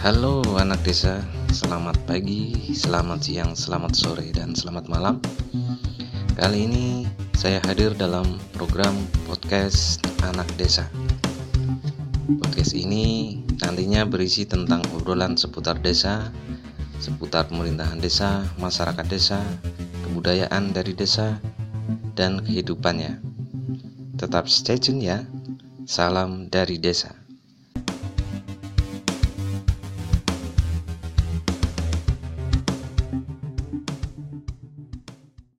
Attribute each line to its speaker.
Speaker 1: Halo anak desa, selamat pagi, selamat siang, selamat sore, dan selamat malam. Kali ini saya hadir dalam program podcast Anak Desa. Podcast ini nantinya berisi tentang obrolan seputar desa, seputar pemerintahan desa, masyarakat desa, kebudayaan dari desa, dan kehidupannya. Tetap stay tune ya. Salam dari desa.